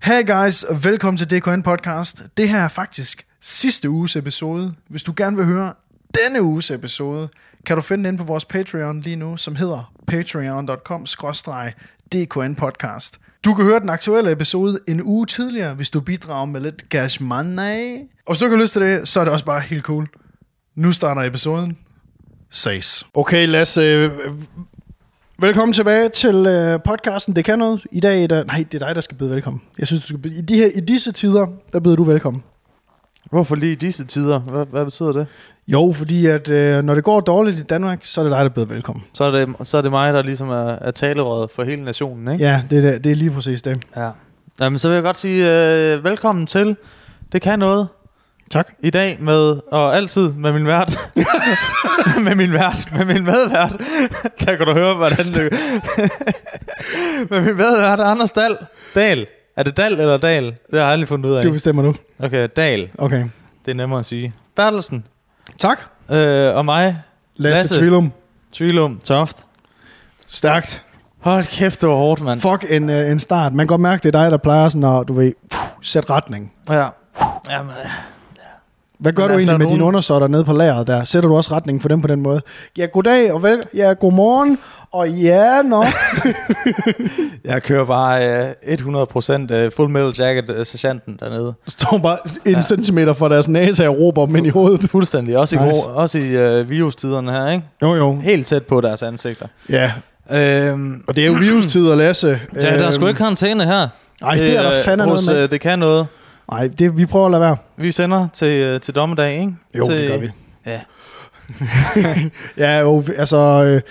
Hey guys, og velkommen til DKN Podcast. Det her er faktisk sidste uges episode. Hvis du gerne vil høre denne uges episode, kan du finde den på vores Patreon lige nu, som hedder patreon.com/DKN Podcast. Du kan høre den aktuelle episode en uge tidligere, hvis du bidrager med lidt cash money. Og hvis du ikke har lyst til det, så er det også bare helt cool. Nu starter episoden. Ses. Okay, Lasse. Velkommen tilbage til podcasten. Det kan noget. I dag nej, det er dig, der skal byde velkommen. Jeg synes, du skal byde. I disse tider, der byder du velkommen. Hvorfor lige i disse tider? Hvad betyder det? Jo, fordi at når det går dårligt i Danmark, så er det dig, der byder velkommen. Så er det mig, der ligesom er talerøret for hele nationen, ikke? Ja, det er lige præcis det. Ja. Jamen, så vil jeg godt sige velkommen til Det kan noget. Tak. I dag med, og altid med min vært. med min medvært. Der kan du høre, hvordan det med min medvært, Anders Dahl. Er det Dahl eller Dahl? Det har jeg aldrig fundet ud af. Du bestemmer nu. Okay, Dahl. Okay. Det er nemmere at sige. Bertelsen. Tak. Og mig. Lasse Tvillum Toft. Stærkt. Hold kæft, det var hårdt, mand. Fuck en start. Man kan godt mærke, det er dig, der plejer sådan at, du ved, sætte retning. Ja. Jamen, hvad gør du egentlig med dine undersåtter nede på lageret der? Sætter du også retning for dem på den måde? Ja, goddag og godmorgen. Og ja, nå. Jeg kører bare 100% Full Metal Jacket sergeanten dernede. Står bare 1 centimeter fra deres næse og råber dem ind i hovedet. Fuldstændig. Også i virustiderne her, ikke? Jo. Helt tæt på deres ansigter. Ja. Og det er jo virustider, Lasse. Ja, der er sgu ikke karantæne her. Nej, det er der fandme noget med. Det kan noget. Nej, vi prøver at lade være. Vi sender til dommedag, ikke? Jo, det gør vi. Ja. Ja, jo, altså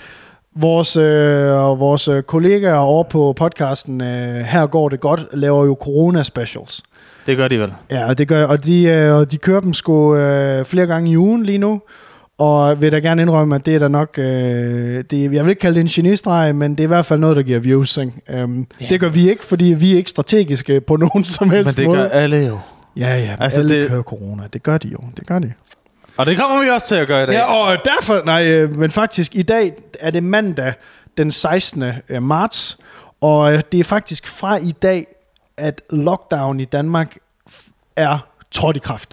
vores kollegaer over på podcasten Her går det godt, laver jo corona specials. Det gør de vel. Ja, det gør, og de kører dem sgu flere gange i ugen lige nu. Og vil da gerne indrømme, at det er da nok, jeg vil ikke kalde det en genistreg, men det er i hvert fald noget, der giver views. Ikke? Det gør vi ikke, fordi vi er ikke strategiske på nogen som helst måde. Men det gør alle jo. Ja, altså alle kører corona. Det gør de jo, Og det kommer vi også til at gøre i dag. Ja, og derfor, men faktisk i dag er det mandag den 16. marts, og det er faktisk fra i dag, at lockdown i Danmark er trådt i kraft.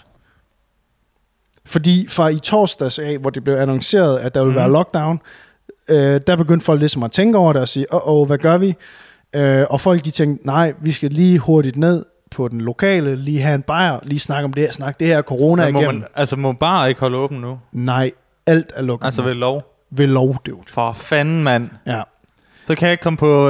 Fordi fra i torsdags af, hvor det blev annonceret, at der ville være lockdown, der begyndte folk ligesom at tænke over det og sige, hvad gør vi? Og folk de tænkte, nej, vi skal lige hurtigt ned på den lokale, lige have en bajer, lige snakke om det her, snakke det her corona igennem. Må bare ikke holde åben nu? Nej, alt er lukket. Altså ved lov? Ved lov, dude. For fanden, mand. Ja. Så kan jeg ikke komme på...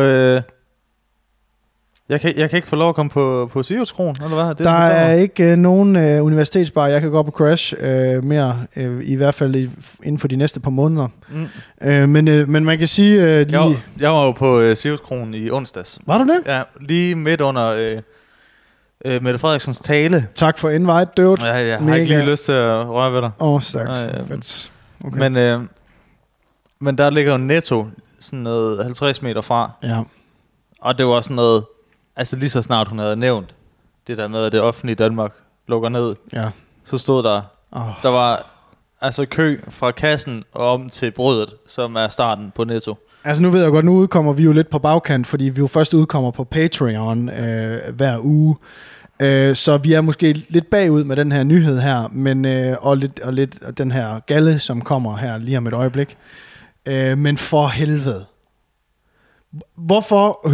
Jeg kan ikke få lov at komme på Siriuskroen, eller hvad? Der er ikke nogen universitetsbar, jeg kan gå op og crash mere, i hvert fald inden for de næste par måneder. Men man kan sige... Jeg var jo på Siriuskroen i onsdags. Var du det? Ja, lige midt under Mette Frederiksens tale. Tak for invite, dude. Ja, jeg har ikke lige lyst til at røre ved dig. Stærkt. Okay. Men der ligger jo Netto sådan noget 50 meter fra. Ja. Og det var sådan noget... Altså lige så snart hun havde nævnt det der med, at det offentlige Danmark lukker ned, så stod der, der var altså kø fra kassen og om til brødet, som er starten på Netto. Altså nu ved jeg godt, nu udkommer vi jo lidt på bagkant, fordi vi jo først udkommer på Patreon hver uge. Så vi er måske lidt bagud med den her nyhed her, men og lidt den her galle, som kommer her lige om et øjeblik. Men for helvede. Hvorfor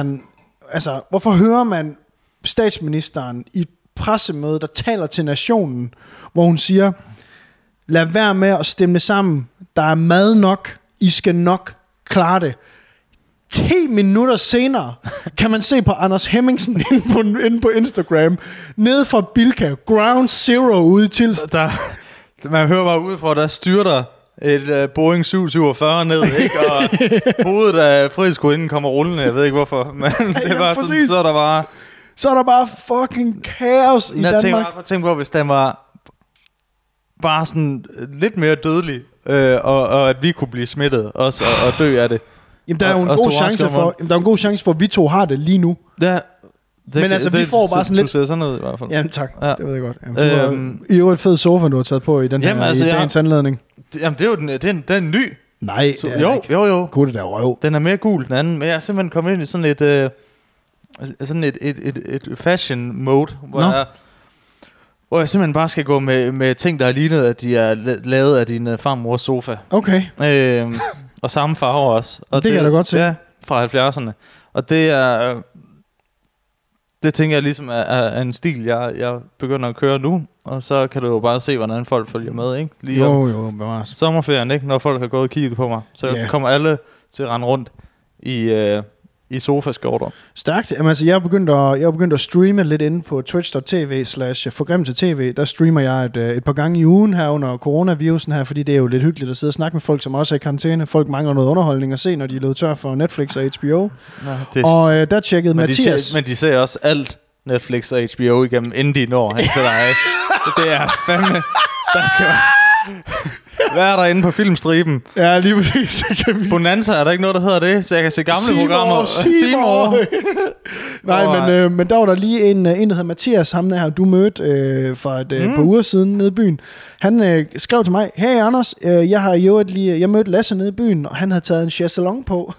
hører man statsministeren i et pressemøde, der taler til nationen, hvor hun siger, lad være med at stemme sammen, der er mad nok, I skal nok klare det. 10 minutter senere kan man se på Anders Hemmingsen inde på Instagram, nede fra Bilka, Ground Zero ude i Tilst. Man hører bare udefra, der styrter et Boeing 747 ned, ikke? Og hovedet af frihedsgudinden kommer rullende, jeg ved ikke hvorfor, men det var sådan, så er der bare fucking kaos i Danmark. Jeg tænker på, hvis den var bare sådan lidt mere dødelig, og at vi kunne blive smittet også, og dø af det. Jamen, der er jo en god chance for, at vi to har det lige nu. Ja. Men altså, vi får bare sådan lidt... Du ser sådan noget i hvert fald. Jamen tak, ja. Det ved jeg godt. Jamen, i øvrigt fed sofa, du har taget på i den her dagens anledning. Jamen, det er jo den er en ny. Nej, jo. Gud, det der røv. Den er mere gul, den anden. Men jeg er simpelthen kommet ind i sådan et... sådan et fashion mode, hvor jeg simpelthen bare skal gå med ting, der er lignet, at de er lavet af din farmors sofa. Okay. Og samme farver også. Og det kan jeg da godt se. Ja, fra 70'erne. Og det er... Det tænker jeg ligesom er en stil, jeg begynder at køre nu. Og så kan du jo bare se, hvordan folk følger med, ikke? Lige jo, bevares. Sommerferien, ikke? Når folk har gået og kigget på mig. Så kommer alle til at rende rundt i sofaskjorter. Stærkt. Jamen, altså, jeg er begyndt at streame lidt inde på twitch.tv/forgrimte-tv. Der streamer jeg et par gange i ugen her under coronavirusen her, fordi det er jo lidt hyggeligt at sidde og snakke med folk, som også er i karantæne. Folk mangler noget underholdning at se, når de er løbet tør for Netflix og HBO. Ja, og der tjekkede Mathias... Men de ser også alt Netflix og HBO igennem, inden de når hen til dig. Det er fandme... Der skal være... Hvad er der inde på filmstriben? Ja, lige præcis. Bonanza, er der ikke noget, der hedder det? Så jeg kan se gamle programmer. Seymour. Nej, men der var der lige en der hedder Mathias, ham der du mødte for et par uger siden nede i byen. Han skrev til mig, hey Anders, jeg mødte Lasse nede i byen, og han havde taget en chaiselong på.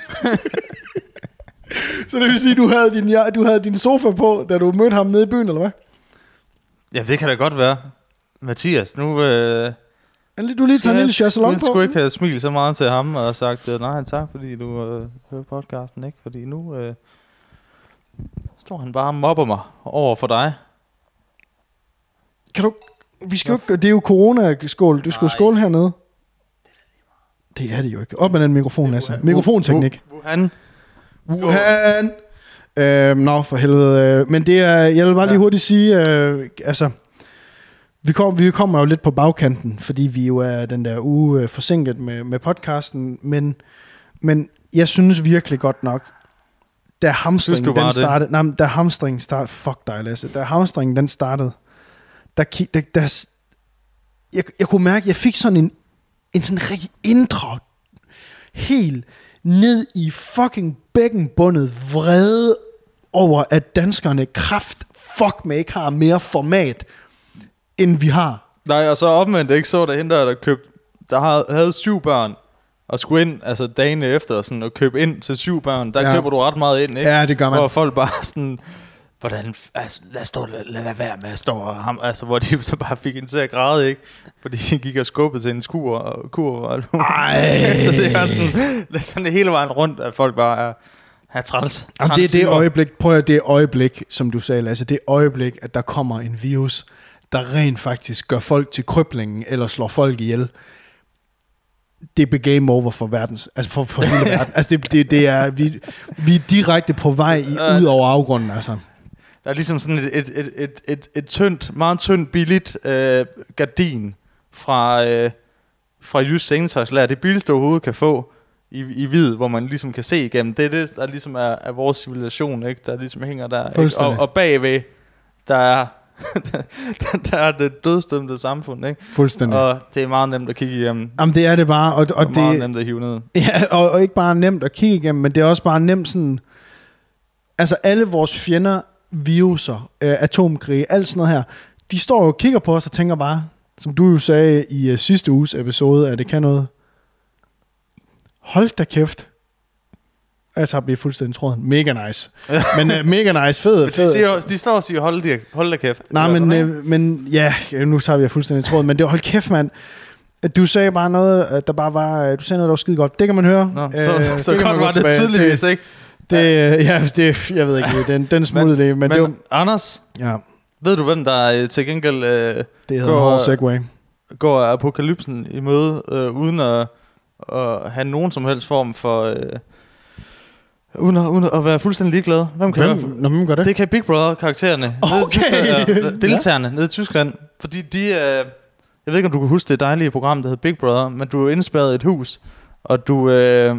Så det vil sige, du havde din sofa på, da du mødte ham nede i byen, eller hvad? Ja, det kan da godt være. Mathias, nu... Du lige tager en lille chaiselong på. Jeg skulle ikke have smilet så meget til ham og sagt, nej, tak, fordi du hører podcasten, ikke? Fordi nu står han bare og mobber mig over for dig. Kan du... Vi skal jo, det er jo corona-skål. Du skal skåle hernede. Det er det jo ikke. Op med den mikrofon, Lasse. Mikrofonteknik. Wuhan! Nå, for helvede. Men det er... Jeg vil bare lige hurtigt sige... altså... Vi kommer jo lidt på bagkanten, fordi vi jo er den der uge forsinket med podcasten, men jeg synes virkelig godt nok, da hamstringen den startede, da hamstringen startede, fuck dig Lasse, da hamstringen den startede, jeg kunne mærke, at jeg fik sådan en sådan rigtig indre, helt ned i fucking bækkenbundet vrede over, at danskerne ikke har mere format, end vi har. Nej, og så omvendt ikke så der hende der havde 7 børn og skulle ind, altså dagen efter sådan, og købe ind til 7 børn. Der køber du ret meget ind, ikke? Ja, det gør man. Hvor folk bare sådan, hvordan, altså, lad være med at stå og ham, altså, hvor de så bare fik hende til at græde, ikke? Fordi de gik og skubbede til en kur og alt muligt. Så det er sådan hele vejen rundt, at folk bare er træls. Det er det øjeblik, det øjeblik, som du sagde, Lasse, det øjeblik, at der kommer en virus, der rent faktisk gør folk til krøblingen, eller slår folk ihjel. Det er game over for verdens, altså for hele verden. Altså det er, vi er direkte på vej ud over afgrunden, altså. Der er ligesom sådan et tyndt, meget tyndt, billigt gardin fra Jysk Sengetøjslager. Det billigste overhovedet kan få i hvid, hvor man ligesom kan se igennem. Det er det, der ligesom er vores civilisation, ikke? Der ligesom hænger der. Og bagved, der er det dødsdømte samfund, ikke? Fuldstændig. Og det er meget nemt at kigge igennem. Jamen det er det bare. Og det er meget nemt at hive ned. Ja, og ikke bare nemt at kigge igennem, men det er også bare nemt sådan... Altså alle vores fjender, viruser, atomkrige, alt sådan noget her, de står og kigger på os og tænker bare, som du jo sagde i sidste uges episode, at det kan noget. Hold da kæft. Jeg tager blive fuldstændig tråden. Mega nice. Men mega nice, fed. De står og siger, hold da kæft. Nej, men ja, nu tager vi fuldstændig tråden. Men det var, hold kæft, mand. Du sagde bare noget, der bare var... Du sagde noget, der var skide godt. Det kan man høre. Nå, så godt var det tydeligvis, ikke? Jeg ved ikke, den smuttede det. Men det var, Anders, ved du, hvem der til gengæld det hedder Segway. Går apokalypsen i møde, uden at have nogen som helst form for... Uden at være fuldstændig ligeglad. Hvem gør det? Det kan Big Brother-karaktererne. Deltagerne nede i Tyskland. Fordi de... jeg ved ikke, om du kan huske det dejlige program, der hedder Big Brother, men du er indspærret i et hus, og du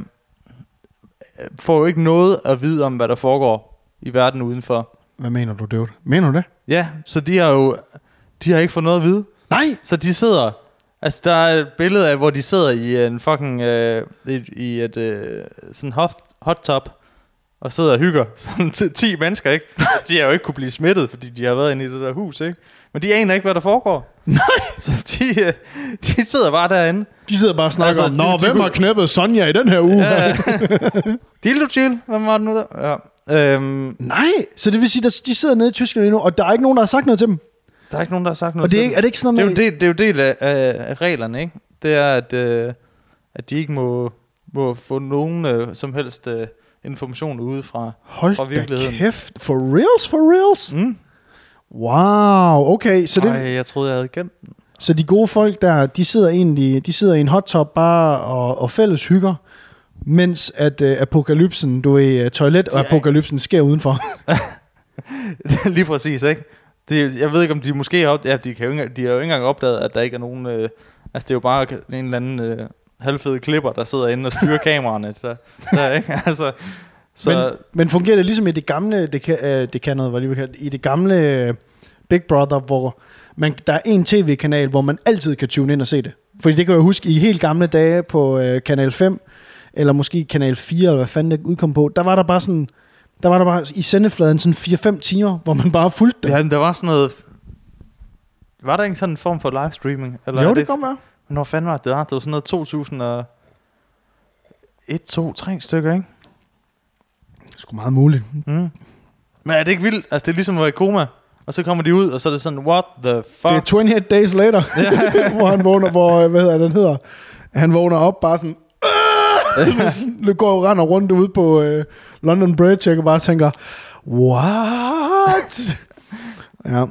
får jo ikke noget at vide om, hvad der foregår i verden udenfor. Hvad mener du, dude? Mener du det? Ja, så de har ikke fået noget at vide. Nej! Så de sidder... Altså, der er et billede af, hvor de sidder i en fucking... i et sådan hot tub, og sidder og hygger sådan 10 mennesker, ikke? De har jo ikke kunne blive smittet, fordi de har været inde i det der hus, ikke? Men de aner ikke, hvad der foregår. Nej! Så de sidder bare derinde. De sidder bare og snakker om, hvem har knæppet Sonja i den her uge? Dildo chill, hvem var det nu der? Nej, så det vil sige, at de sidder nede i Tyskland lige nu, og der er ikke nogen, der har sagt noget til dem. Der er ikke nogen, der har sagt noget og det er, er det ikke sådan noget med... Det er jo del af reglerne, ikke? Det er, at de ikke må få nogen som helst information ude fra virkeligheden. Hold da kæft. For reals? Mm. Wow, okay. Så det, jeg troede, jeg havde gemt den. Så de gode folk der, de sidder i en hot tub bare og fælles hygger, mens at apokalypsen, toilet-apokalypsen sker udenfor. Lige præcis, ikke? Jeg ved ikke, om de måske har opdaget... Ja, de har jo ikke engang opdaget, at der ikke er nogen... altså, det er jo bare en eller anden halvfede klipper, der sidder inde og styrer kameraerne. Der, ikke? Altså, så... Men fungerer det ligesom i det gamle... Det kan noget, hvad lige kaldt. I det gamle Big Brother, hvor der er en tv-kanal, hvor man altid kan tune ind og se det. Fordi det kan jeg huske, i helt gamle dage på Kanal 5, eller måske Kanal 4, eller hvad fanden det udkom på, der var der bare i sendefladen sådan 4-5 timer, hvor man bare fulgte det. Ja, der var sådan noget... Var der ikke sådan en form for livestreaming? Eller jo, det kom være. Hvornår fanden var det? Det var sådan noget 2001, 2, 3 stykker, ikke? Det er sgu meget muligt. Mm. Men er det ikke vildt? Altså, det er ligesom at være i koma, og så kommer de ud, og så er det sådan, what the fuck? Det er 28 Days Later, hvor han vågner, han vågner op bare sådan... Du går render rundt ude på London Bridge, og bare tænker, what? Ja.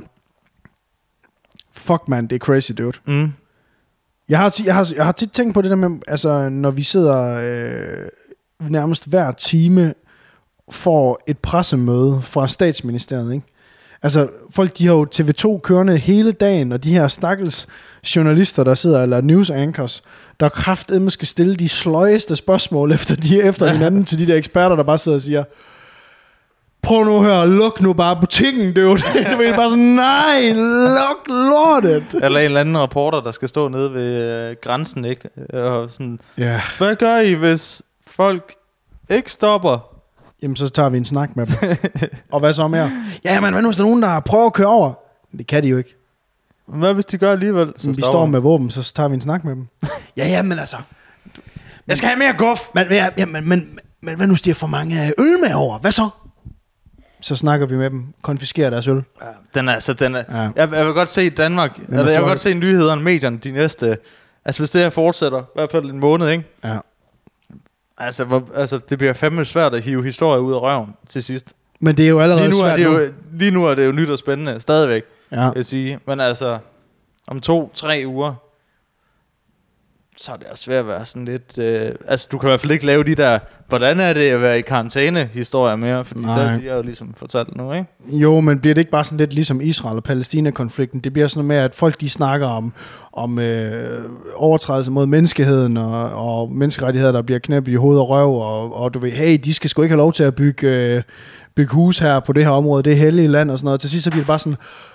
Fuck man, det er crazy, dude. Mm. Jeg har tit tænkt på det der med, altså når vi sidder nærmest hver time får et pressemøde fra statsministeriet, ikke? Altså folk, de har jo TV2 kørende hele dagen, og de her stakkels journalister, der sidder, eller news anchors, der kraftedeme skal stille de sløjeste spørgsmål efter hinanden til de der eksperter, der bare sidder og siger, prøv nu her, luk nu bare butikken, dude. Du ved bare sådan, nej, luk lortet. Eller en eller anden reporter, der skal stå nede ved grænsen, ikke? Og sådan, Hvad gør I, hvis folk ikke stopper? Jamen, så tager vi en snak med dem. Og hvad så mere? Ja, men hvad nu, hvis der er nogen, der prøver at køre over? Det kan de jo ikke. Hvad hvis de gør alligevel? Så vi står med våben, så tager vi en snak med dem. Ja, men altså... Jeg skal have mere guf! Men hvad nu, hvis de har for mange øl med over? Hvad så? Så snakker vi med dem, konfiskerer deres øl. Ja, ja. Jeg vil godt se i Danmark, jeg vil godt se nyhederne, medierne, de næste... Altså, hvis det her fortsætter, i hvert fald en måned, ikke? Ja. Altså, det bliver fandme svært at hive historier ud af røven til sidst. Men det er jo allerede svært nu. Lige nu er det jo nyt og spændende, stadigvæk, vil jeg sige. Men altså, om 2-3 uger, så er det også svært at være sådan lidt... altså, du kan i hvert fald ikke lave de der... Hvordan er det at være i karantæne-historier mere? Fordi de er jo ligesom fortalt nu, ikke? Jo, men bliver det ikke bare sådan lidt ligesom Israel- og Palæstina-konflikten? Det bliver sådan noget med, at folk de snakker om overtrædelse mod menneskeheden og menneskerettigheder, der bliver knæppet i hoved og røv, og du ved, hey, de skal sgu ikke have lov til at bygge hus her på det her område, det er hellige land og sådan noget. Til sidst så bliver det bare sådan...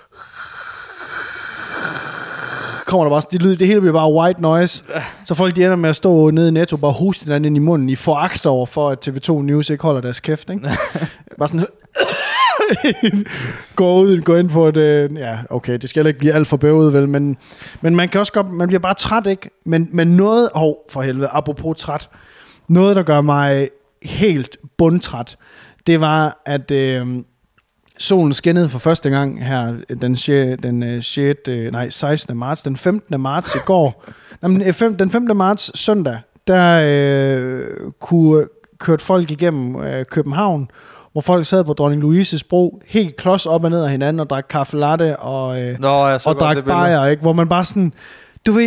kommer der bare sådan, det hele bliver bare white noise. Så folk de ender med at stå nede i Netto, bare hoste hinanden ind i munden i foragt over for, at TV2 News ikke holder deres kæft, ikke? Bare sådan... gå ind på det. Ja, okay, det skal ikke blive alt for bøvet, vel, men man kan også godt, man bliver bare træt, ikke? Men noget, for helvede, apropos træt, noget, der gør mig helt bundtræt, det var, at solen skinnede for første gang her den 16. marts, den 15. marts i går. Den 5. marts søndag, der kørte folk igennem København, hvor folk sad på Dronning Louises bro, helt klods op og ned af hinanden, og drak kaffe latte og drak bajer, ikke? Hvor man bare sådan, du ved,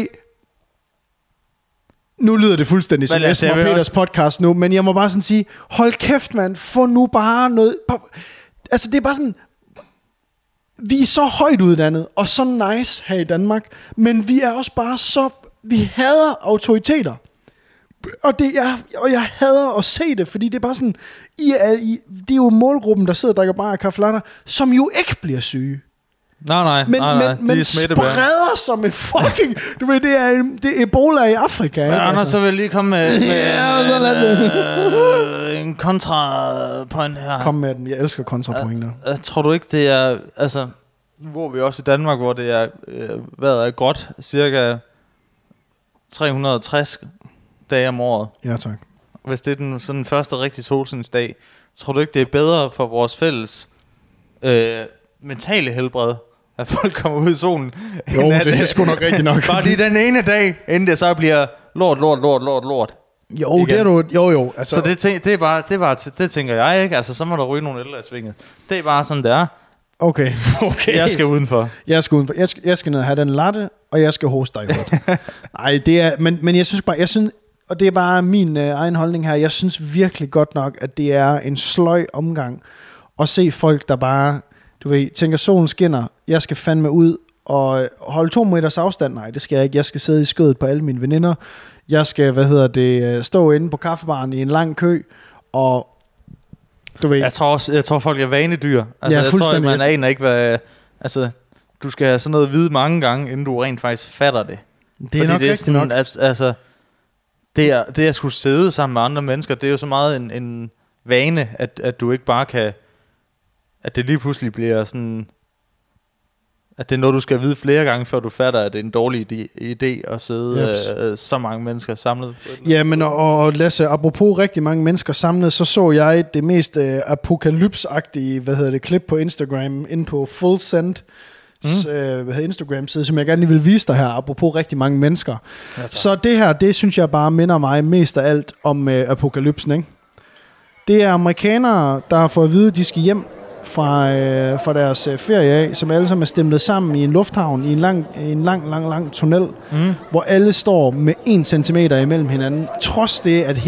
nu lyder det fuldstændig som Esben og Peters podcast nu, men jeg må bare sådan sige, hold kæft mand, få nu bare noget... Altså det er bare sådan, vi er så højt uddannet og så nice her i Danmark, men vi er også bare så, vi hader autoriteter. Og jeg hader at se det, fordi det er bare sådan, det er jo målgruppen, der sidder og drikker bare kaffe latte, som jo ikke bliver syge. Nej. Men spreder som en fucking... Du ved, det er Ebola i Afrika. Ja, Anders, så vil jeg lige komme med en kontrapoint her. Kom med den, jeg elsker kontrapointer. Tror du ikke, det er... Altså, nu bor vi også i Danmark, hvor det er været gråt, cirka 360 dage om året. Ja, tak. Hvis det er den første rigtig solskinsdag, tror du ikke, det er bedre for vores fælles mentale helbred, at folk kommer ud i solen? Jo, det er sgu nok rigtigt nok. Bare lige den ene dag, inden det så bliver lort. Jo, igen. det er du, jo. Altså. Så det tænker jeg ikke. Altså, så må der ryge nogle ældre i svinget. Det er bare sådan, det er. Okay. Jeg skal udenfor. Jeg skal ned og have den latte, og jeg skal hoste dig i hovedet. Nej, det er, men jeg synes, og det er bare min egen holdning her, jeg synes virkelig godt nok, at det er en sløj omgang at se folk, der bare, du ved, tænker, solen skinner, jeg skal fandme ud og holde 2 meters afstand. Nej, det skal jeg ikke. Jeg skal sidde i skødet på alle mine veninder. Jeg skal, stå inde på kaffebaren i en lang kø, og du ved... Jeg tror folk er vanedyr. Altså, jeg tror, man aner ikke, hvad... Altså, du skal have sådan noget at vide mange gange, inden du rent faktisk fatter det. Det er nok rigtigt nok. Altså, det at skulle sidde sammen med andre mennesker, det er jo så meget en vane, at du ikke bare kan... At det lige pludselig bliver sådan... At det er noget, du skal vide flere gange, før du fatter, at det er en dårlig idé at sidde så mange mennesker samlet. Ja, men og Lasse, apropos rigtig mange mennesker samlet, så jeg det mest apokalypsagtige, klip på Instagram, inde på Full Send, Instagram-side, som jeg gerne vil vise dig her, apropos rigtig mange mennesker. Så det her, det synes jeg bare minder mig mest af alt om apokalypsen, ikke? Det er amerikanere, der har fået at vide, at de skal hjem fra deres ferie af, som alle sammen er stemlet sammen i en lufthavn, i en lang tunnel, hvor alle står med 1 centimeter imellem hinanden, trods det, at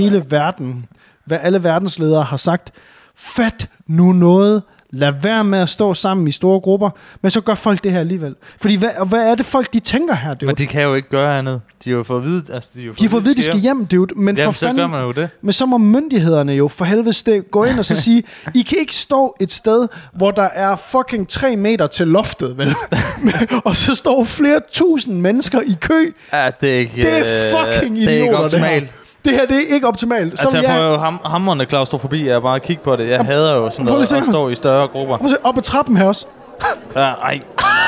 alle verdensledere har sagt, fat nu noget, lad være med at stå sammen i store grupper, men så gør folk det her alligevel. Fordi hvad er det folk, de tænker her, dude? Men de kan jo ikke gøre andet. De har jo fået at vide, de de skal hjem, dude. Men jamen, så gør man jo det. Men så må myndighederne jo for helvede gå ind og så sige, I kan ikke stå et sted, hvor der er fucking 3 meter til loftet, vel? Og så står flere tusind mennesker i kø. Ja, det er ikke... Det er fucking idioter, det er ikke optimalt. Det her, det er ikke optimalt. Altså, jeg får jo hamrende klaustrofobi af bare at kigge på det. Jeg hader jo sådan noget at stå i større grupper. Op ad trappen her også. Nej.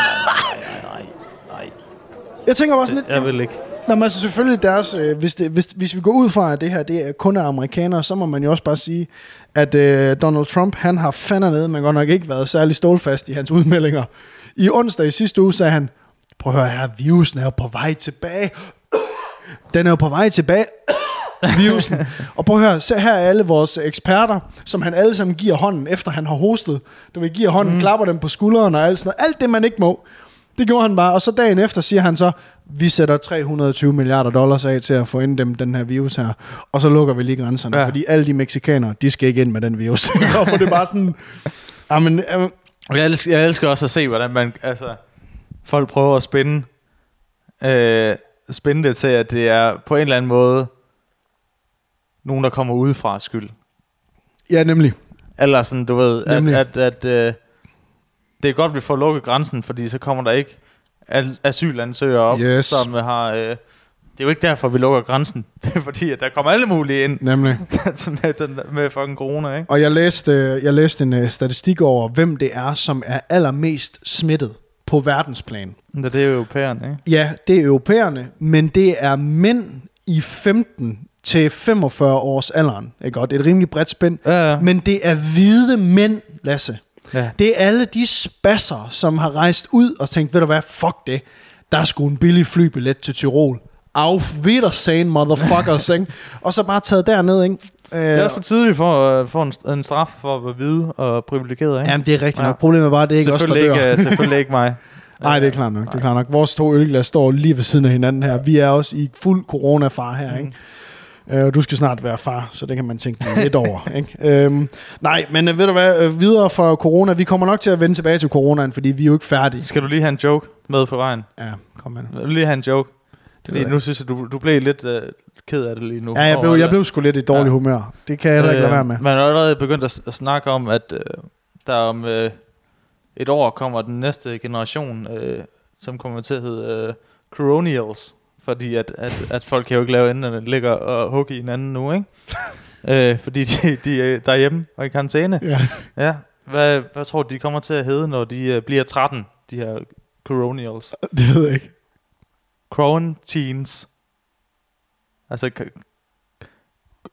Jeg tænker bare sådan lidt... Jeg vil ikke. Nå, men altså selvfølgelig deres... Hvis vi går ud fra, at det her det er kun af amerikanere, så må man jo også bare sige, at Donald Trump, han har fandernede, men godt nok ikke været særlig stålfast i hans udmeldinger. I onsdag i sidste uge sagde han, prøv at høre her, virusen er jo på vej tilbage. Den er jo på vej tilbage... virusen. Og prøv at høre, se her er alle vores eksperter, som han alle sammen giver hånden, efter han har hostet. Du vil give hånden, klapper dem på skulderen og alt sådan noget. Alt det, man ikke må. Det gjorde han bare. Og så dagen efter siger han så, vi sætter $320 milliarder af til at få inddæmmet den her virus her. Og så lukker vi lige grænserne. Ja. Fordi alle de mexikanere, de skal ikke ind med den virus. Og det er bare sådan... Jeg elsker også at se, hvordan man... Altså, folk prøver at spænde det til, at det er på en eller anden måde... nogen, der kommer udefra skyld. Ja, nemlig. Eller sådan, du ved, at det er godt, vi får lukket grænsen, fordi så kommer der ikke asylansøgere op, som har... det er jo ikke derfor, vi lukker grænsen. Det er fordi, at der kommer alle mulige ind. Nemlig. med fucking corona, ikke? Og jeg læste en statistik over, hvem det er, som er allermest smittet på verdensplan. Det er jo europæerne, ikke? Ja, det er europæerne, men det er mænd i 15 til 45 års alderen. Ikke godt? Det er et rimelig bredt spænd. Ja. Men det er hvide mænd, Lasse. Ja. Det er alle de spasser, som har rejst ud og tænkt, ved du hvad, fuck det. Der er sgu en billig flybillet til Tyrol. Auf Wiedersehen, motherfuckers, ikke? Og så bare taget derned, ikke? Det er også for tidligt for at få en straf for at være hvide og privilegeret, ikke? Jamen, det er rigtigt nok. Problemet er bare, det er ikke os, der dør. Selvfølgelig ikke mig. Nej, det er klart nok. Det er klart nok. Vores 2 ølglas står lige ved siden af hinanden her. Vi er også i fuld coronafar her, ikke? Du skal snart være far, så det kan man tænke lidt over, ikke? Nej, men ved du hvad, videre fra corona, vi kommer nok til at vende tilbage til coronaen, fordi vi er jo ikke færdige. Skal du lige have en joke med på vejen? Ja, kom med. Vil du lige have en joke? Fordi nu synes jeg, du blev lidt ked af det lige nu. Ja, jeg blev sgu lidt i dårlig humør. Det kan jeg heller ikke lade være med. Man har allerede begyndt at snakke om, at der om et år kommer den næste generation, som kommer til at hedde Coronials. Fordi at folk kan jo ikke lave enderne ligger og hugge i hinanden nu, ikke? Fordi de er derhjemme og i karantæne. Ja. Hvad tror du, de kommer til at hedde, når de bliver 13, de her Coronials? Det ved jeg ikke. Quarantines. Altså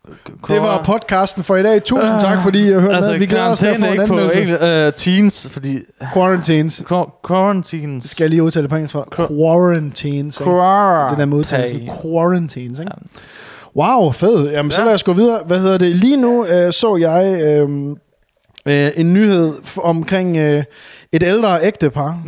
Det var podcasten for i dag. Tusind tak, fordi I hørte altså, med. Vi glæder os til at få en anmeldelse. Teens, fordi... Quarantines. Quarantines. Skal jeg lige udtale på engelsk for? Quarantines. Det der med udtalelsen. Quarantines, ikke? Wow, fed. Jamen, så lad os gå videre. Hvad hedder det? Lige nu så jeg en nyhed omkring et ældre ægtepar,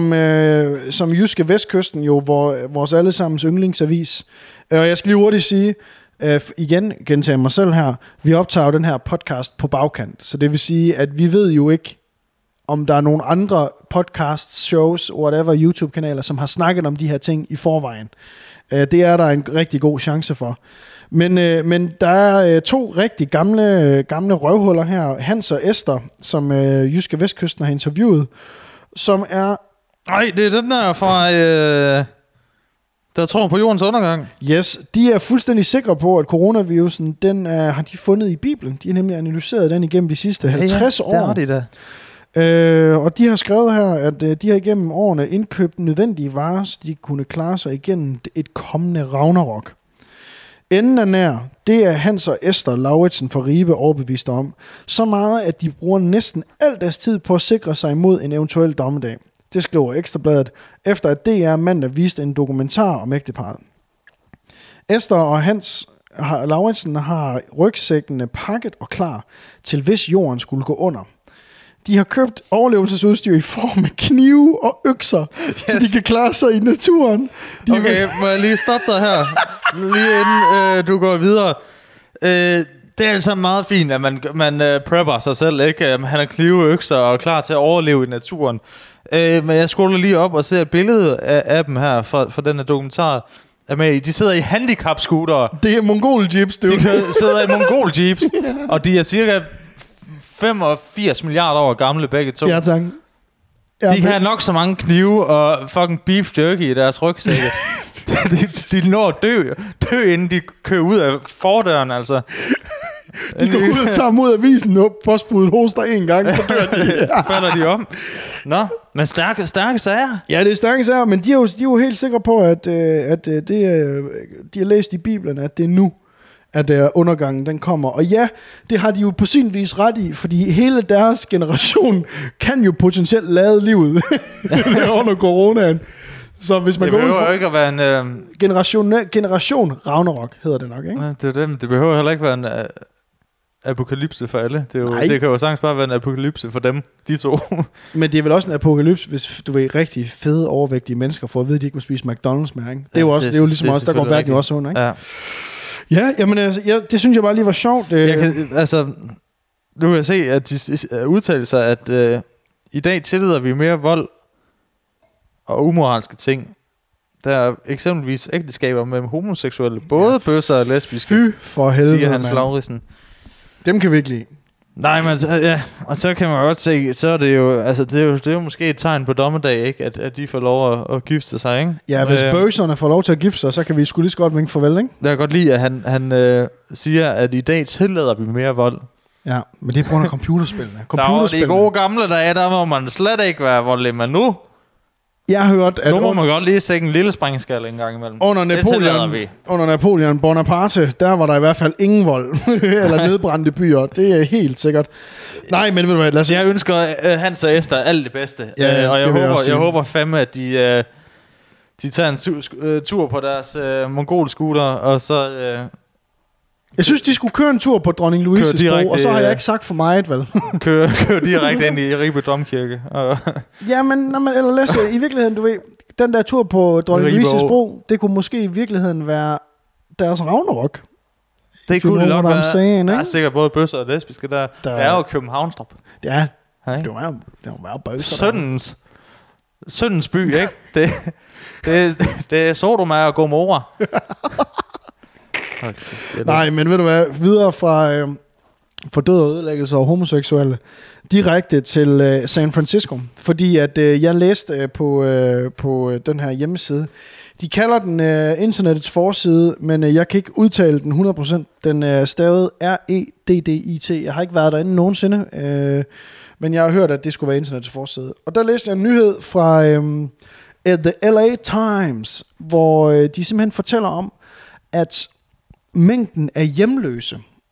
som Jyske Vestkysten, jo vores allesammens yndlingsavis. Og jeg skal lige hurtigt sige, igen gentage mig selv her, vi optager den her podcast på bagkant. Så det vil sige, at vi ved jo ikke, om der er nogle andre podcasts, shows, whatever, YouTube-kanaler, som har snakket om de her ting i forvejen. Det er der en rigtig god chance for. Men der er to rigtig gamle røvhuller her. Hans og Esther, som Jyske Vestkysten har interviewet, som er... Nej, det er den der fra... der tror på jordens undergang. Yes, de er fuldstændig sikre på, at coronavirusen, den har de fundet i Bibelen. De har nemlig analyseret den igennem de sidste 50 år. Ja, det har de da. Og de har skrevet her, at de har igennem årene indkøbt nødvendige varer, så de kunne klare sig igennem et kommende Ragnarok. Enden er nær, det er Hans og Esther Lauritsen fra Ribe overbevist om. Så meget, at de bruger næsten al deres tid på at sikre sig imod en eventuel dommedag. Det skriver Ekstrabladet, efter at DR mandag viste en dokumentar om ægteparret. Esther og Hans Lauritsen har rygsækkene pakket og klar, til hvis jorden skulle gå under. De har købt overlevelsesudstyr i form af knive og økser, så de kan klare sig i naturen. Okay, må jeg lige stoppe dig her? Lige inden du går videre. Det er altså meget fint, at man prepper sig selv, ikke? Han har knive, økser og er klar til at overleve i naturen. Men jeg scroller lige op og ser et billede af dem her fra den her dokumentar. De sidder i handicap-scootere. Det er mongol-jeeps, de sidder i mongol-jeeps, og de er cirka 85 milliarder år gamle begge to. Ja, tak. De har nok så mange knive og fucking beef jerky i deres rygsække. de når at dø, inden de kører ud af fordøren, altså. De går ud og tager dem ud af avisen og postbuddet hoster en gang, så dør de. Falder de om. Nå, men stærke sager. Ja, det er stærke sager, men de er jo helt sikre på, at de har læst i Bibelen, at det er nu, at undergangen den kommer. Og ja, det har de jo på sin vis ret i, fordi hele deres generation kan jo potentielt lade livet under coronaen. Så hvis man det behøver jo ikke at være en... Generation Ragnarok hedder det nok, ikke? Ja, det er dem. Det behøver heller ikke være en apokalypse for alle. Det kan jo sagtens bare være en apokalypse for dem, de to. Men det er vel også en apokalypse, hvis du vil rigtig fede, overvægtige mennesker får at vide, at de ikke må spise McDonald's mere, ikke? Det er jo også, det er jo ligesom også, der går verden også under, ikke? Ja. Ja, jamen, det synes jeg bare lige var sjovt. Du kan se, at de udtaler sig, at i dag tillader vi mere vold og umoralske ting. Der er eksempelvis ægteskaber mellem homoseksuelle, både bøsser og lesbiske. Fy for helvede, siger Hans Lauritsen. Dem kan vi ikke lide. Nej, men ja, og så kan man godt se, så er det jo, altså det er jo måske et tegn på dommedag, ikke, at de får lov at gifte sig, ikke? Ja, hvis bøserne får lov til at gifte sig, så kan vi sgu lige så godt vinke farvel, ikke? Jeg kan godt lide, at han siger, at i dag tillader vi mere vold. Ja, men det er på grund af computerspillene. Der var de gode gamle dage, der må man slet ikke være voldelig, men nu... Jeg har hørt, at... Nu må man godt lige stikke en lille springskal en gang imellem. Under Napoleon Bonaparte, der var der i hvert fald ingen vold. Eller nedbrændte byer. Det er helt sikkert. Nej, men ved du hvad, jeg ønsker Hans og Esther alt det bedste. Ja, og jeg håber fandme, at de tager en tur på deres mongol-scooter, og så... Jeg synes, de skulle køre en tur på Dronning Louises bro, og så har jeg ikke sagt for meget, vel? køre direkte ind i Ribe Domkirke. Ja, men eller Lasse, i virkeligheden, du ved, den der tur på Dronning Louises bro, det kunne måske i virkeligheden være deres Ragnarok. Det kunne det nok være. Saying, der er sikkert både bøsser og lesbiske der. Der er jo Københavnstrup. Ja, det var bøsser. Søndens by, ikke? Det er Sodoma og Gomorra. Nej, men ved du hvad, videre fra død og ødelæggelse og homoseksuelle direkte til San Francisco, fordi at jeg læste på den her hjemmeside, de kalder den internettets forside, men jeg kan ikke udtale den 100%. Den er stavet REDDIT. Jeg har ikke været derinde nogensinde, men jeg har hørt, at det skulle være internettets forside. Og der læste jeg en nyhed fra The LA Times, hvor de simpelthen fortæller om, at mængden af hjemløse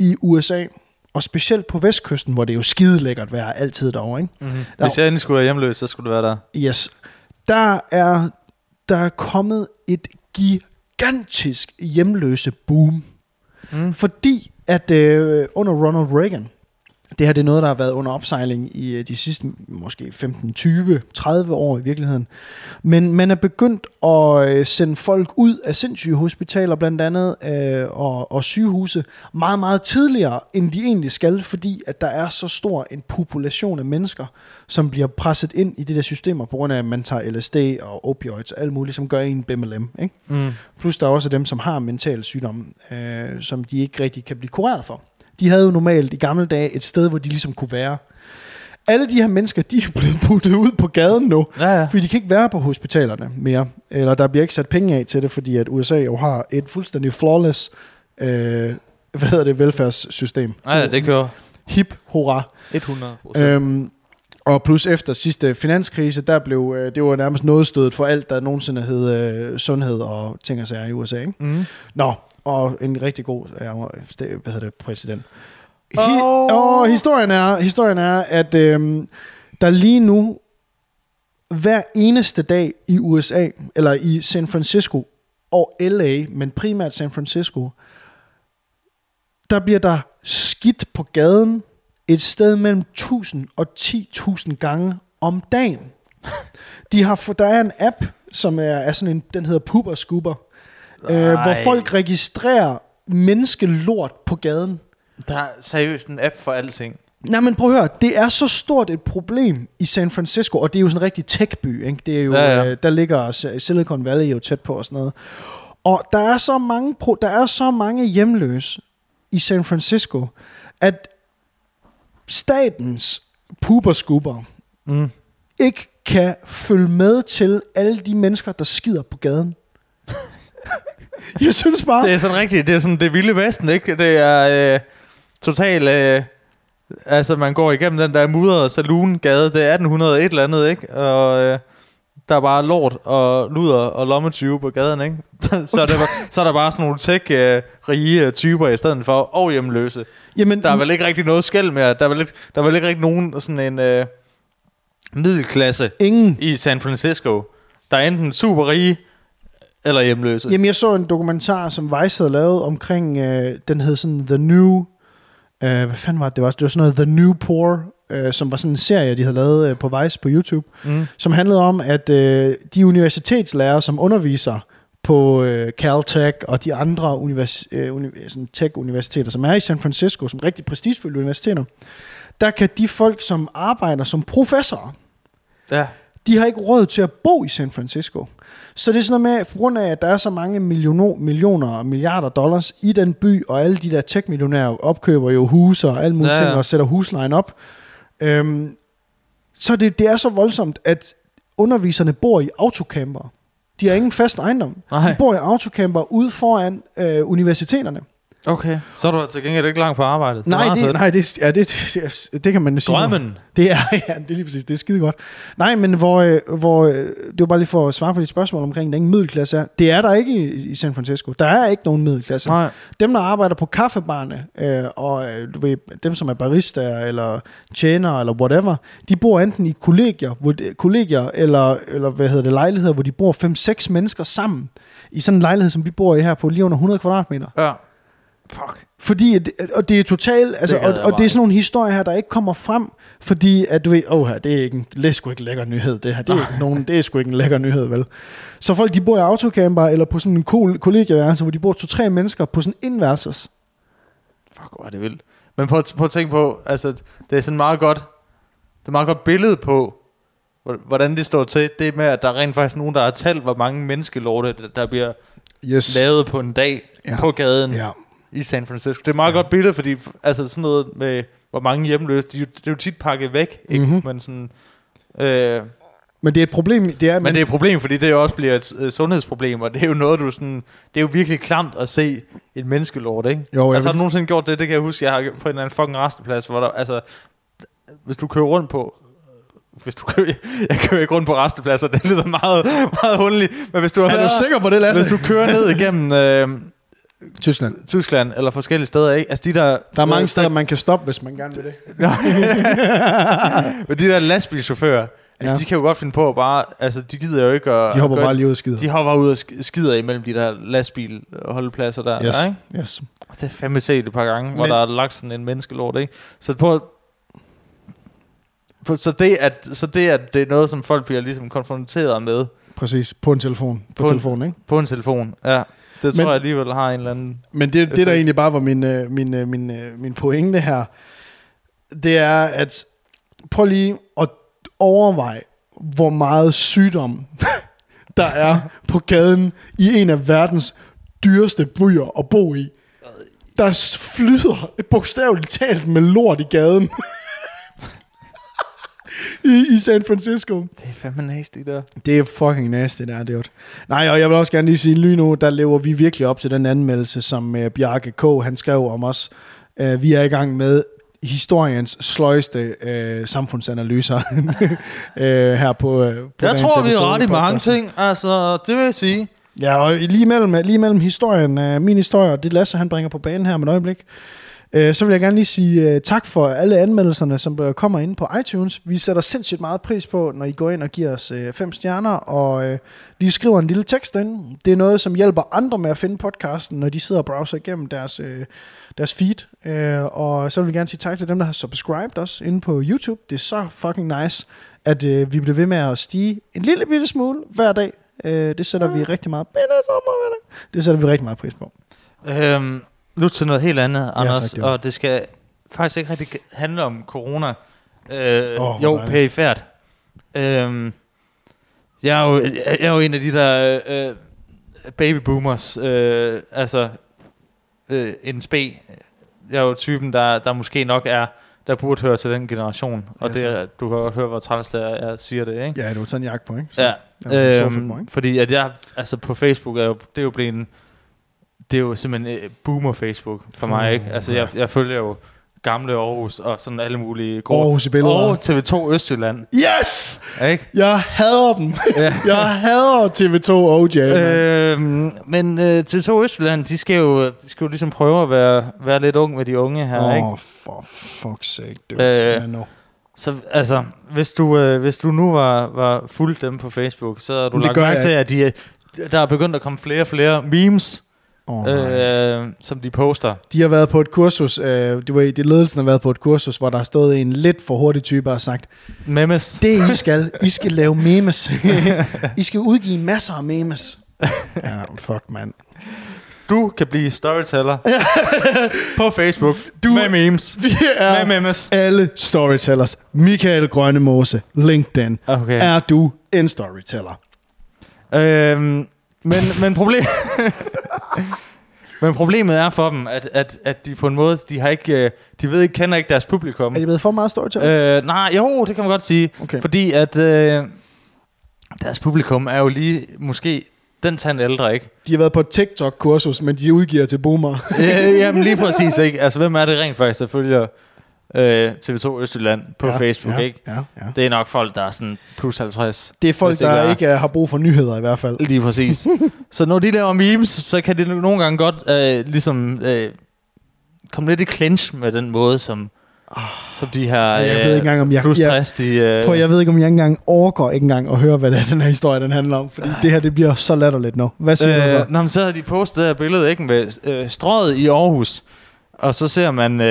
i USA, og specielt på vestkysten, hvor det er jo skide lækkert vejr altid derovre, ikke? Mm-hmm. Hvis jeg endelig skulle være hjemløs, så skulle det være der. Yes. Der er kommet et gigantisk hjemløse boom. Fordi at under Ronald Reagan, det her det er noget, der har været under opsejling i de sidste måske 15, 20, 30 år i virkeligheden. Men man er begyndt at sende folk ud af sindssygehospitaler blandt andet og sygehuse meget, meget tidligere, end de egentlig skal, fordi at der er så stor en population af mennesker, som bliver presset ind i de der systemer, på grund af, at man tager LSD og opioids og alt muligt, som gør en BMLM. Ikke? Plus der er også dem, som har mental sygdomme, som de ikke rigtig kan blive kureret for. De havde jo normalt i gamle dage et sted, hvor de ligesom kunne være. Alle de her mennesker, de er blevet puttet ud på gaden nu, fordi de kan ikke være på hospitalerne mere. Eller der bliver ikke sat penge af til det, fordi at USA jo har et fuldstændig flawless velfærdssystem. Ja, det kører. Hip, hurra. 100%. Og plus efter sidste finanskrise, der blev det var nærmest nådestødet for alt, der nogensinde hed sundhed og ting og sager i USA. Ikke? Nå, og en rigtig god præsident. Historien er, at der lige nu hver eneste dag i USA, eller i San Francisco og LA, men primært San Francisco, der bliver der skidt på gaden et sted mellem 1000 og 10.000 gange om dagen. Der er en app, som er sådan en, den hedder Pooper Scooper, hvor folk registrerer menneskelort på gaden. Der er seriøst en app for alting. Nej, men prøv at høre, det er så stort et problem i San Francisco, og det er jo sådan en rigtig tech-by, ikke? Det er jo, der ligger Silicon Valley jo tæt på og sådan noget. Og der er så mange hjemløse i San Francisco, at statens Pooper Scooper ikke kan følge med til alle de mennesker, der skider på gaden. Jeg synes bare... Det er sådan rigtigt, det er sådan det vilde vesten, ikke? Det er totalt... altså, man går igennem den der mudrede saloon-gade, det er 1800 et eller andet, ikke? Og der er bare lort og luder og lommetyve på gaden, ikke? så er der bare sådan nogle tech-rige typer i stedet for, og hjemløse. Jamen, der er vel ikke rigtig noget skæld mere. Der er vel ikke rigtig nogen sådan en middelklasse i San Francisco. Der er enten super rige eller hjemløse. Jamen, jeg så en dokumentar, som Vice havde lavet omkring, den hed sådan The New... hvad fanden var det? Det var sådan noget The New Poor, som var sådan en serie, de havde lavet på Vice på YouTube, som handlede om, at de universitetslærere, som underviser på Caltech og de andre tech-universiteter, som er i San Francisco, som rigtig prestigefyldte universiteter, der kan de folk, som arbejder som professorer, de har ikke råd til at bo i San Francisco. Så det er sådan noget med, på grund af, at der er så mange millioner og milliarder dollars i den by, og alle de der tech-millionærer opkøber jo huse og alle mulige ting, og sætter huslejen op. Så det er så voldsomt, at underviserne bor i autocamper. De har ingen fast ejendom. De bor i autocamper ude foran universiteterne. Okay. Så er du til gengæld ikke langt på arbejdet. Det kan man sige. Drømmen. Det er lige præcis. Det er skide godt. Nej, men hvor det var bare lige for at svare på dit spørgsmål omkring, der ingen middelklasse er. Det er der ikke i San Francisco. Der er ikke nogen middelklasse. Nej. Dem, der arbejder på kaffebarne, og du ved, dem, som er baristaer, eller tjenere, eller whatever, de bor enten i kollegier eller lejligheder, hvor de bor 5-6 mennesker sammen. I sådan en lejlighed, som vi bor i her på lige under 100 kvadratmeter. Ja. Fuck. Fordi, og det er totalt, altså, og det er sådan nogle historier her, der ikke kommer frem, fordi at du ved, det er sgu ikke en lækker nyhed, det her, det er sgu ikke en lækker nyhed, vel. Så folk, de bor i autocamper, eller på sådan en kollegieværelse, hvor de bor 2-3 mennesker på sådan en værelses. Fuck, hvor er det vildt. Men prøv at tænke på, altså, det er sådan meget godt billede på, hvordan det står til, det med, at der er rent faktisk nogen, der har talt, hvor mange menneskelorte, der bliver lavet på en dag på gaden. Ja. I San Francisco. Det er et meget godt billede, fordi altså sådan noget med, hvor mange hjemløse, det er jo tit pakket væk, ikke? Men sådan... men det er et problem. Men det er et problem, fordi det også bliver et sundhedsproblem, og det er jo noget, du sådan... Det er jo virkelig klamt at se et menneskelort, ikke? Jo, altså har du nogensinde gjort det? Det kan jeg huske, jeg har på en eller anden fucking resteplads, hvor der... Altså, hvis du kører rundt på... Jeg kører ikke rundt på restepladser, det lyder meget, meget hundeligt. Men hvis du er du sikker på det, Lasse? Hvis du kører ned igennem... Tyskland eller forskellige steder, ikke? Altså der er mange steder, man kan stoppe, hvis man gerne vil det. Men de der lastbilchauffører, altså, de kan jo godt finde på at bare, altså de gider jo ikke at... De hopper bare lige ud og skider. De hopper ud og skider imellem de der lastbilholdepladser der, yes. ikke? Yes. Og det er fandme set et par gange, hvor der er lagt sådan en menneskelort, ikke? Så det at det er noget, som folk bliver ligesom konfronteret med. Præcis, på en telefon. På telefonen, ikke? På en telefon, ja. Det tror jeg alligevel har en eller anden... Men det der egentlig bare var min pointe her, det er, at prøv lige at overveje, hvor meget sygdom der er på gaden i en af verdens dyreste byer at bo i. Der flyder bogstaveligt talt med lort i gaden. I San Francisco. Det er fandme nasty der. Det er fucking nasty der, det er. Nej, og jeg vil også gerne lige sige, lige nu, der lever vi virkelig op til den anmeldelse, som Bjarke K. han skrev om os. Vi er i gang med historiens sløjeste samfundsanalyser her på jeg tror, vi er ret i mange ting, altså, det vil jeg sige. Ja, og lige mellem historien, min historie og det Lasse, han bringer på banen her med et øjeblik, så vil jeg gerne lige sige tak for alle anmeldelserne, som kommer ind på iTunes. Vi sætter sindssygt meget pris på, når I går ind og giver os 5 stjerner, og lige skriver en lille tekst ind. Det er noget, som hjælper andre med at finde podcasten, når de sidder og browser igennem deres feed. Og så vil jeg gerne sige tak til dem, der har subscribed os inde på YouTube. Det er så fucking nice, at vi bliver ved med at stige en lille bitte smule hver dag. Det sætter vi rigtig meget pris på. Nu til noget helt andet, Anders, og det skal faktisk ikke rigtig handle om corona. Perifært. Jeg er jo en af de der babyboomers, en spe. Jeg er jo typen, der måske nok der burde høre til den generation, og det, du kan godt høre, hvor træls det er, jeg siger det, ikke? Ja, du har taget en jakke på, ikke? Så, fordi at jeg, altså på Facebook, det er jo blevet det er jo simpelthen boomer Facebook for mig, ikke? Altså, jeg følger jo gamle Aarhus og sådan alle mulige gode... Aarhus i billeder. Og TV2 Østjylland. Yes! Ikke? Jeg hader dem. Jeg hader TV2 OJ. Men TV2 Østjylland, de skal jo ligesom prøve at være lidt ung med de unge her, ikke? For fuck's sake, Så altså, hvis du nu var fulgt dem på Facebook, så er du lagt mærke til, at der er begyndt at komme flere og flere memes, som de poster. De har været på et kursus, ledelsen har været på et kursus, hvor der har stået en lidt for hurtig type og sagt, memes. Det I skal lave memes. I skal udgive masser af memes. Ja, fuck mand. Du kan blive storyteller på Facebook med memes. Vi er med memes. Alle storytellers. Michael Grønnemose, LinkedIn. Okay. Er du en storyteller? Men problemet er for dem, at de på en måde, kender ikke deres publikum. Er de blevet for meget storytellers? Nej, jo, det kan man godt sige. Okay. Fordi at deres publikum er jo lige måske den tand ældre, ikke? De har været på et TikTok-kursus, men de udgiver til boomer. Jamen lige præcis, ikke? Altså, hvem er det rent faktisk, der følger TV2 Østjylland på Facebook, ikke? Ja. Det er nok folk, der er sådan plus 50. Det er folk, der ikke har brug for nyheder i hvert fald. Lige præcis. Så når de laver memes, så kan det nogle gange godt komme lidt i clinch med den måde, som de her jeg ved ikke engang, om jeg plus 60, jeg ved ikke, om jeg ikke engang overgår ikke engang at høre, hvad det er, den her historie den handler om. Fordi det her, det bliver så latterligt nu. Hvad siger du så? Nå, men så har de postet det her billede, ikke, med strøget i Aarhus. Og så ser man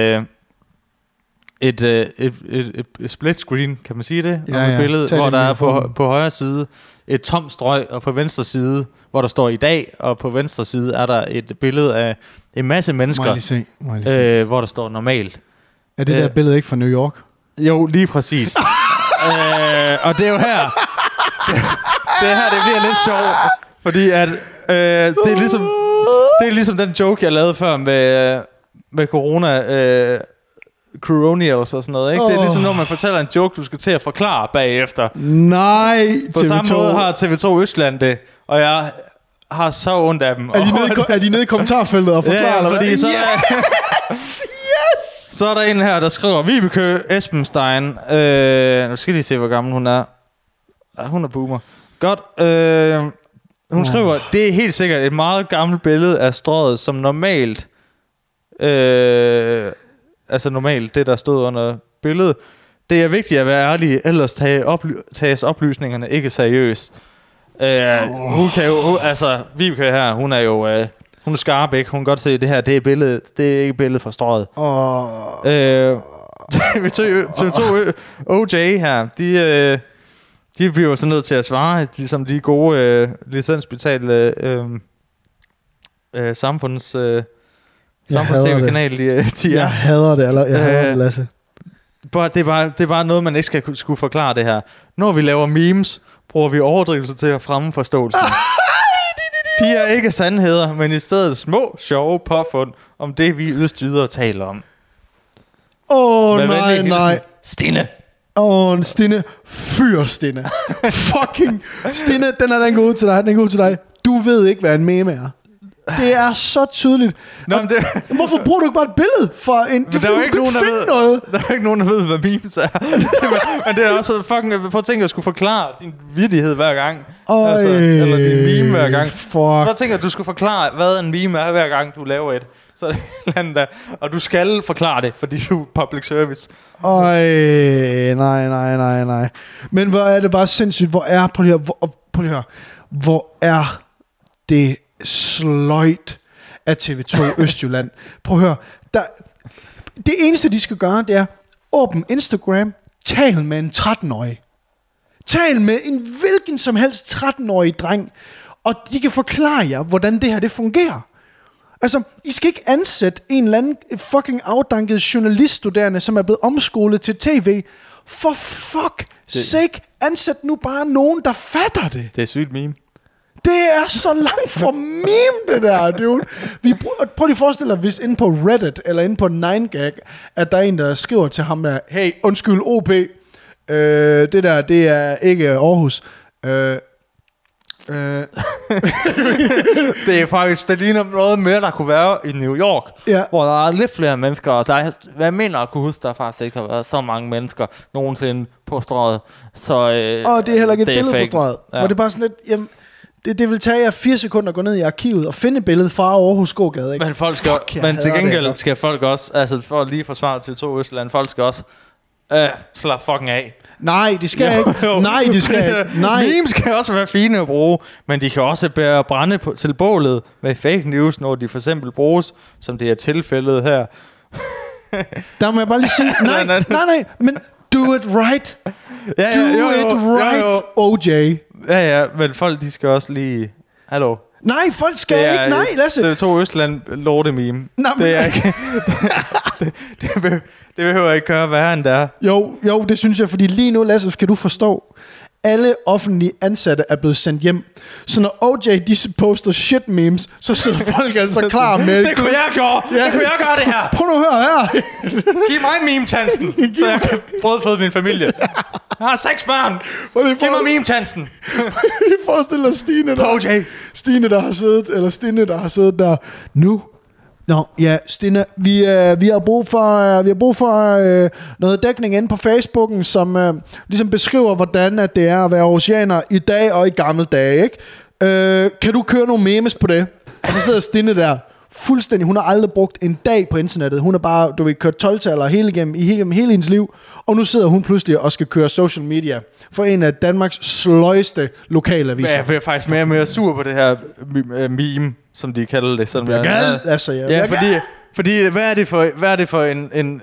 et split screen, kan man sige det? Ja, et billede, hvor der er på højre side et tomt strøg, og på venstre side, hvor der står i dag, og på venstre side er der et billede af en masse mennesker, må jeg lige se. hvor der står normalt. Er det der billede ikke fra New York? Jo, lige præcis. Og det er jo her, det bliver lidt sjovt, fordi at det er ligesom den joke, jeg lavede før med corona, Coronials og sådan noget, ikke? Det er ligesom, når man fortæller en joke, du skal til at forklare bagefter. Nej, på TV2. Samme måde har TV2 Østland det, og jeg har så ondt af dem. Er de nede i kommentarfeltet og forklarer? Ja, fordi så så er der en her, der skriver, Vibeke Espenstein. Nu skal de se, hvor gammel hun er. Ja, hun er boomer. Godt. Hun skriver, det er helt sikkert et meget gammelt billede af Strøget, som normalt, altså normalt, det der stod under billedet, det er vigtigt at være ærlig, ellers tages oplysningerne ikke seriøst. Hun kan jo, altså, Vibeke her, hun er jo, hun er skarp, ikke? Hun kan godt se, det her, det er billedet, det er ikke billedet fra Strøget. TV2 OJ her, de bliver så nødt til at svare, som de gode licensbetalte samfunds-tv-kanal, de er. Jeg hader det, eller jeg hader det, Lasse. Det er bare noget, man ikke skulle forklare det her. Når vi laver memes, bruger vi overdrivelser til at fremme forståelsen. De er ikke sandheder, men i stedet små, sjove påfund om det, vi østjyder taler om. Nej. Stine. Stine. Fyr, Stine. Fucking Stine, den er god til dig. Du ved ikke, hvad en meme er. Det er så tydeligt. Hvorfor bruger du ikke bare et billede for en... Der er jo ikke nogen, der ved, hvad memes er. Men det er også fucking... Prøv at tænke, at jeg skulle forklare din vittighed hver gang. Eller din meme hver gang. Prøv at tænke, at du skulle forklare, hvad en meme er, hver gang du laver et. Så er det et eller andet der. Og du skal forklare det, fordi du er public service. Nej. Men hvor er det bare sindssygt. Prøv lige at høre. Hvor er det sløjt af TV2 Østjylland. Prøv at høre. Det eneste, de skal gøre, det er åbne Instagram, tal med en 13-årig. Tal med en hvilken som helst 13-årig dreng, og de kan forklare jer, hvordan det her det fungerer. Altså, I skal ikke ansætte en eller anden fucking afdanket journaliststuderende, som er blevet omskolet til tv. For fuck sake, ansæt nu bare nogen, der fatter det. Det er sygt meme. Det er så langt fra meme, det der, dude. Prøv lige at forestille dig, hvis inde på Reddit, eller inde på 9gag, at der er en, der skriver til ham der, hey, undskyld OP, det der, det er ikke Aarhus. Det er faktisk, det ligner noget mere, der kunne være i New York, hvor der er lidt flere mennesker, og hvad mener jeg kunne huske, der faktisk ikke har været så mange mennesker nogensinde på Strøget. Så, det er heller ikke et billede på Strøget. Hvor det er bare sådan lidt, jamen, det vil tage jer 4 sekunder at gå ned i arkivet og finde et billede fra Aarhus gågade, ikke? Men til gengæld skal folk også, altså for at lige forsvare til TV2 Østland, folk skal også slap fucking af. Nej, de skal ikke. Nej, de skal ikke. Nej. Memes kan også være fine at bruge, men de kan også bære brænde til bålet med fake news, når de for eksempel bruges, som det er tilfældet her. Der må jeg bare lige sige, nej, men do it right. Do it right, OJ. Ja, men folk, de skal også lige... Hallo? Nej, folk skal ikke. Nej, Lasse. TV2 Østland lorte meme. Det er ikke... det behøver ikke gøre værre end der. Jo, det synes jeg, fordi lige nu, Lasse, skal du forstå, alle offentlige ansatte er blevet sendt hjem. Så når OJ de poster shit memes, så sidder folk altså klar med... Det kunne jeg gøre! Ja. Det kunne jeg gøre, det her! Prøv nu at høre her! Giv mig meme-chancen, så jeg kan brødføde min familie. Jeg har 6 børn! Giv mig meme-chancen! Vi forestiller Stine, der har siddet der nu. Nå, ja, Stine, vi har brug for noget dækning inde på Facebooken, som ligesom beskriver, hvordan at det er at være oceaner i dag og i gamle dage, ikke? Kan du køre nogle memes på det? Og så sidder Stine der, fuldstændig, hun har aldrig brugt en dag på internettet. Hun har bare, kørt 12-taller hele hendes liv, og nu sidder hun pludselig og skal køre social media for en af Danmarks sløjeste lokalaviser. Ja, jeg er faktisk mere og mere sur på det her meme, som de kalder det. Sådan fordi hvad er det for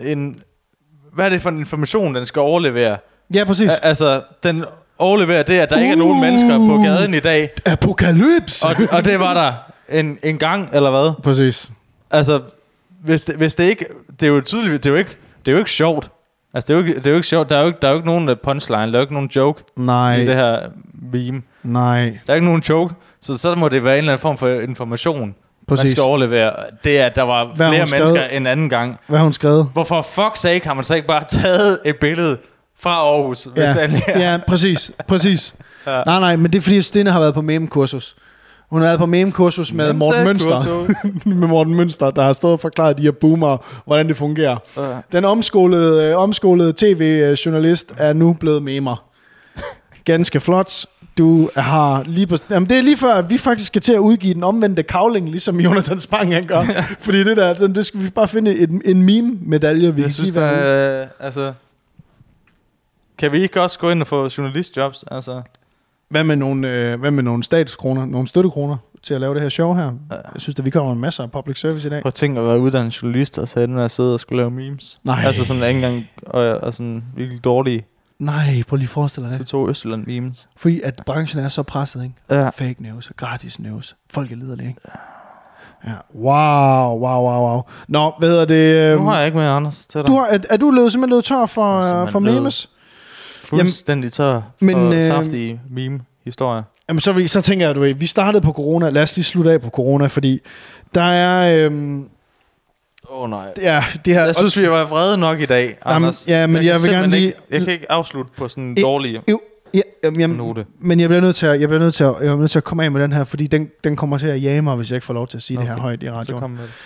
en information, den skal overlevere? Ja, præcis. Altså, den overleverer det, at der ikke er nogen mennesker på gaden i dag. Apokalypse! Og det var der en gang, eller hvad? Præcis. Altså, hvis det ikke... Det er jo tydeligt, det er jo ikke sjovt. Altså, det er jo ikke sjovt. Der er jo ikke nogen punchline, der er jo ikke nogen joke i det her meme. Nej. Der er ikke nogen joke, så må det være en eller anden form for information, præcis, man skal overlevere. Det er, at der var flere mennesker end anden gang. Hvad har hun skrevet? Hvorfor fuck's sake har man så ikke bare taget et billede fra Aarhus, hvis det er? Ja, præcis. Ja. Nej, men det er fordi, Stine har været på meme-kursus. Hun har været på meme-kursus med Morten Mønster. Med Morten Mønster, der har stået og forklaret de her boomer, hvordan det fungerer. Den omskolede tv-journalist er nu blevet memer. Ganske flot. Du har lige på... Jamen, det er lige før, at vi faktisk skal til at udgive den omvendte kavling, ligesom Jonathan Spang han gør. Ja. Fordi det skal vi bare finde en meme-medalje. Jeg synes, der altså... Kan vi ikke også gå ind og få journalistjobs? Altså... Hvad med nogle statskroner, nogle støttekroner til at lave det her show her? Ja. Jeg synes, at vi kommer en masse af public service i dag. Prøv at tænke at være uddannet journalist, og så enden at sidde og skulle lave memes. Nej. Altså sådan en engang, og sådan virkelig dårlige. Nej, prøv lige at forestille dig det. TV2 Østjylland memes. Fordi at branchen er så presset, ikke? Ja. Fake news, gratis news. Folk er liderlige, ikke? Ja. Wow. Nå, hvad hedder det? Nu har jeg ikke mere, Anders, til dig. Er du simpelthen løbet tør for memes? Fuldstændig tør for saftige meme-historier. Jamen, så tænker jeg, vi startede på corona. Lad os lige slutte af på corona, fordi der er... nej. Ja, det her, jeg synes, vi var vrede nok i dag, Anders. Ja, men jeg vil gerne lige... Jeg kan ikke afslutte på sådan en dårlig note. Men jeg bliver nødt til at komme af med den her, fordi den kommer til at jage mig, hvis jeg ikke får lov til at sige det her højt i radioen. Så kom med det.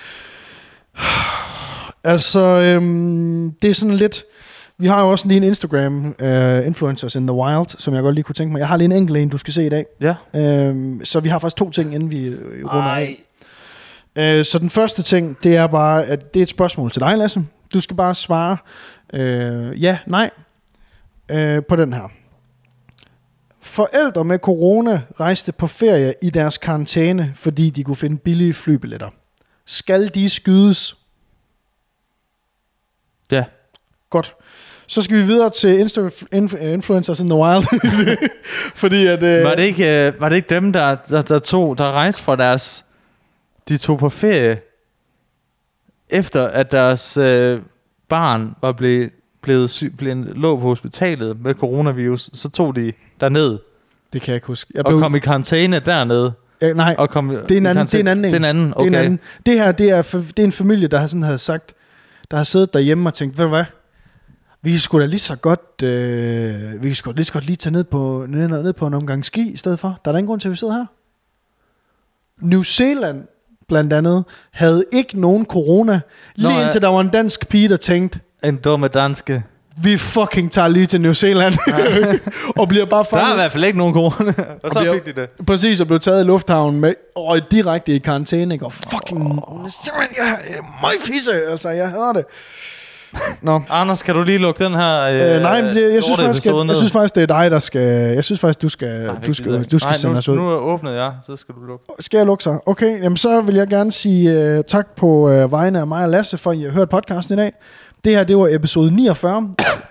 Altså, det er sådan lidt... Vi har jo også lige en Instagram, Influencers in the Wild, som jeg godt lige kunne tænke mig. Jeg har lige en enkelt en, du skal se i dag. Ja. Så vi har faktisk 2 ting, inden vi runder af. Så den første ting, det er bare, at det er et spørgsmål til dig, Lasse. Du skal bare svare ja, nej på den her. Forældre med corona rejste på ferie i deres karantæne, fordi de kunne finde billige flybilletter. Skal de skydes? Ja. Godt. Så skal vi videre til Influencers in the Wild. Fordi at... Var det ikke dem, der rejste fra deres... De tog på ferie, efter at deres barn var blevet lå på hospitalet med coronavirus, så tog de derned. Det kan jeg ikke huske. Og kom i karantæne dernede. Nej, og kom det er en anden. Det er en anden. Okay. Det her, det er en familie, der havde sagt, der har siddet derhjemme og tænkt, ved du hvad? Vi skulle da lige så godt lige tage ned på en omgang ski i stedet for. Der er der ingen grund til, at vi sidder her. New Zealand blandt andet havde ikke nogen corona, lige indtil der var en dansk pige, der tænkte, en dumme danske, vi fucking tager lige til New Zealand og bliver bare fanget. Der er i hvert fald ikke nogen corona. Og så fik de det. Præcis, og blev taget i lufthavnen med, og direkte i karantæne, ikke? Og fucking mig fisse, altså jeg hader det. Nå. Anders, kan du lige lukke den her nej, jeg synes faktisk det er dig, der skal. Jeg synes faktisk du skal sende os ud. Nu åbnede jeg, så skal du lukke. Skal jeg lukke så? Okay, jamen så vil jeg gerne sige tak på vegne af mig og Lasse for at I har hørt podcasten i dag. Det her, det var episode 49.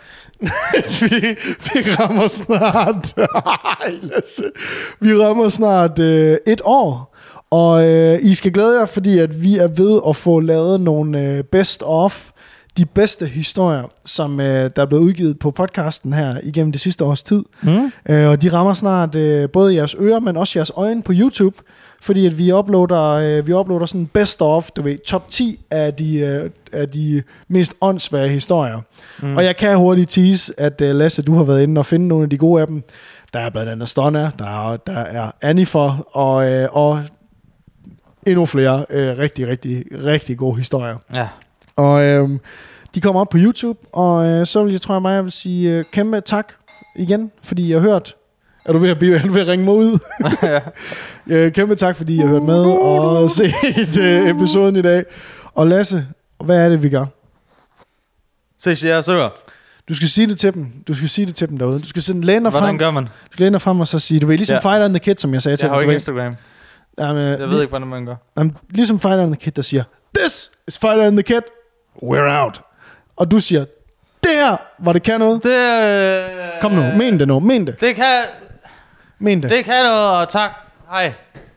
vi rammer snart Lasse. Vi rammer snart 1 år. Og I skal glæde jer, fordi at vi er ved at få lavet nogle best of de bedste historier, som der er blevet udgivet på podcasten her igennem det sidste års tid. Og de rammer snart både jeres ører, men også jeres øjne på YouTube, fordi at vi uploader sådan best of, du ved, top 10 af de mest åndssvage historier. Og jeg kan hurtigt tease, at Lasse, du har været inde og finde nogle af de gode af dem. Der er blandt andet Stonna, der er Annifer, og endnu flere rigtig, rigtig, rigtig gode historier. Ja. Og de kommer op på YouTube, og så vil jeg vil sige kæmpe tak igen, fordi jeg har hørt. Er du ved at ringe mig ud? Kæmpe tak, fordi I har hørt med og set episoden i dag. Og Lasse, hvad er det, vi gør? Ses jeres ører. Du skal sige det til dem. Du skal sige det til dem derude. Du skal sådan læne dig frem. Hvordan gør man? Du skal læne dig frem og så sige, du ved, ligesom Fighter and the Kid, som jeg sagde til dig. Jeg har jo ikke Instagram. Jeg ved ikke, hvordan man gør. Ligesom Fighter and the Kid, der siger, this is Fighter and the Kid, we're out. Og du siger, det her, var det kan noget? Kom nu, men det nu, men det. Det kan... Men det. Det kan noget, og tak. Hej.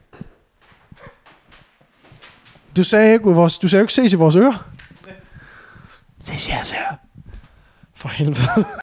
Du sagde jo ikke ses i vores ører. Ses jeres ører. For helvede.